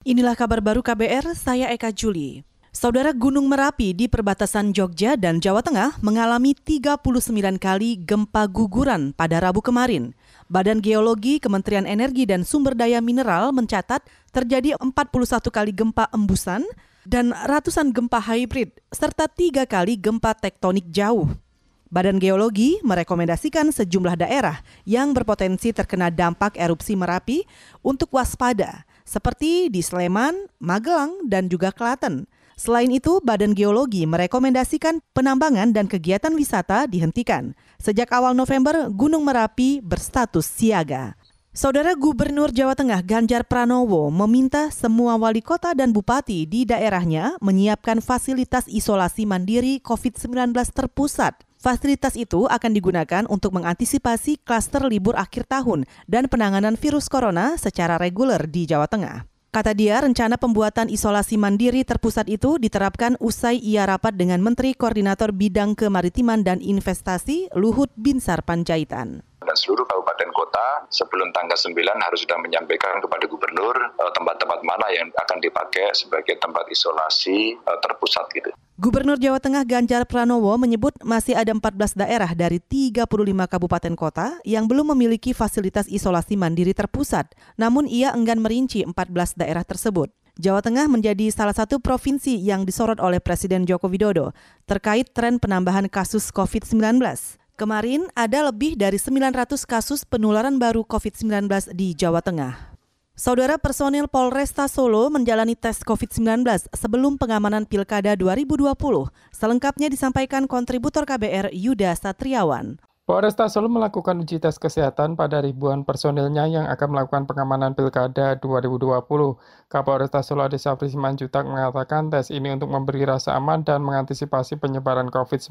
Inilah kabar baru KBR, saya Eka Juli. Saudara, Gunung Merapi di perbatasan Jogja dan Jawa Tengah mengalami 39 kali gempa guguran pada Rabu kemarin. Badan Geologi Kementerian Energi dan Sumber Daya Mineral mencatat terjadi 41 kali gempa embusan dan ratusan gempa hibrid, serta 3 kali gempa tektonik jauh. Badan Geologi merekomendasikan sejumlah daerah yang berpotensi terkena dampak erupsi Merapi untuk waspada, seperti di Sleman, Magelang, dan juga Klaten. Selain itu, Badan Geologi merekomendasikan penambangan dan kegiatan wisata dihentikan. Sejak awal November, Gunung Merapi berstatus siaga. Saudara Gubernur Jawa Tengah Ganjar Pranowo meminta semua wali kota dan bupati di daerahnya menyiapkan fasilitas isolasi mandiri COVID-19 terpusat. Fasilitas itu akan digunakan untuk mengantisipasi klaster libur akhir tahun dan penanganan virus corona secara reguler di Jawa Tengah. Kata dia, rencana pembuatan isolasi mandiri terpusat itu diterapkan usai ia rapat dengan Menteri Koordinator Bidang Kemaritiman dan Investasi Luhut Binsar Panjaitan. Dan seluruh kabupaten kota sebelum tanggal 9 harus sudah menyampaikan kepada gubernur tempat-tempat mana yang akan dipakai sebagai tempat isolasi terpusat gitu. Gubernur Jawa Tengah Ganjar Pranowo menyebut masih ada 14 daerah dari 35 kabupaten kota yang belum memiliki fasilitas isolasi mandiri terpusat. Namun ia enggan merinci 14 daerah tersebut. Jawa Tengah menjadi salah satu provinsi yang disorot oleh Presiden Joko Widodo terkait tren penambahan kasus COVID-19. Kemarin ada lebih dari 900 kasus penularan baru COVID-19 di Jawa Tengah. Saudara, personil Polresta Solo menjalani tes COVID-19 sebelum pengamanan Pilkada 2020. Selengkapnya disampaikan kontributor KBR Yuda Satriawan. Polresta Solo melakukan uji tes kesehatan pada ribuan personilnya yang akan melakukan pengamanan Pilkada 2020. Kapolresta Solo Ade Sapri Simanjuntak mengatakan tes ini untuk memberi rasa aman dan mengantisipasi penyebaran COVID-19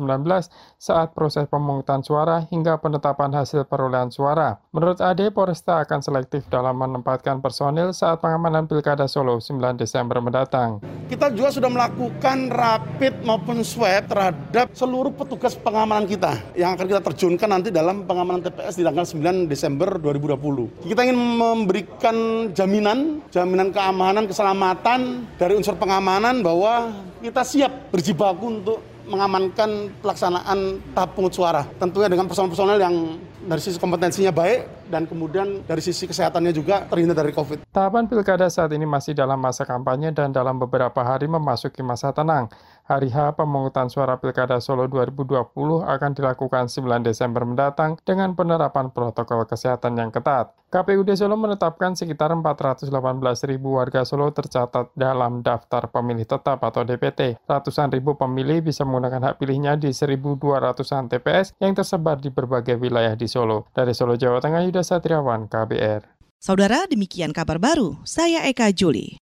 saat proses pemungutan suara hingga penetapan hasil perolehan suara. Menurut Ade, Polresta akan selektif dalam menempatkan personil saat pengamanan Pilkada Solo 9 Desember mendatang. Kita juga sudah melakukan rapid maupun swab terhadap seluruh petugas pengamanan kita yang akan kita terjunkan nanti dalam pengamanan TPS di tanggal 9 Desember 2020. Kita ingin memberikan jaminan keamanan, keselamatan dari unsur pengamanan bahwa kita siap berjibaku untuk mengamankan pelaksanaan tahap pemungutan suara. Tentunya dengan personel-personel yang dari sisi kompetensinya baik dan kemudian dari sisi kesehatannya juga terhindar dari COVID. Tahapan Pilkada saat ini masih dalam masa kampanye dan dalam beberapa hari memasuki masa tenang. Hari H pemungutan suara Pilkada Solo 2020 akan dilakukan 9 Desember mendatang dengan penerapan protokol kesehatan yang ketat. KPUD Solo menetapkan sekitar 418.000 warga Solo tercatat dalam daftar pemilih tetap atau DPT. Ratusan ribu pemilih bisa menggunakan hak pilihnya di 1.200-an TPS yang tersebar di berbagai wilayah di Solo. Dari Solo, Jawa Tengah, Yuda Satriawan, KBR. Saudara, demikian kabar baru. Saya Eka Juli.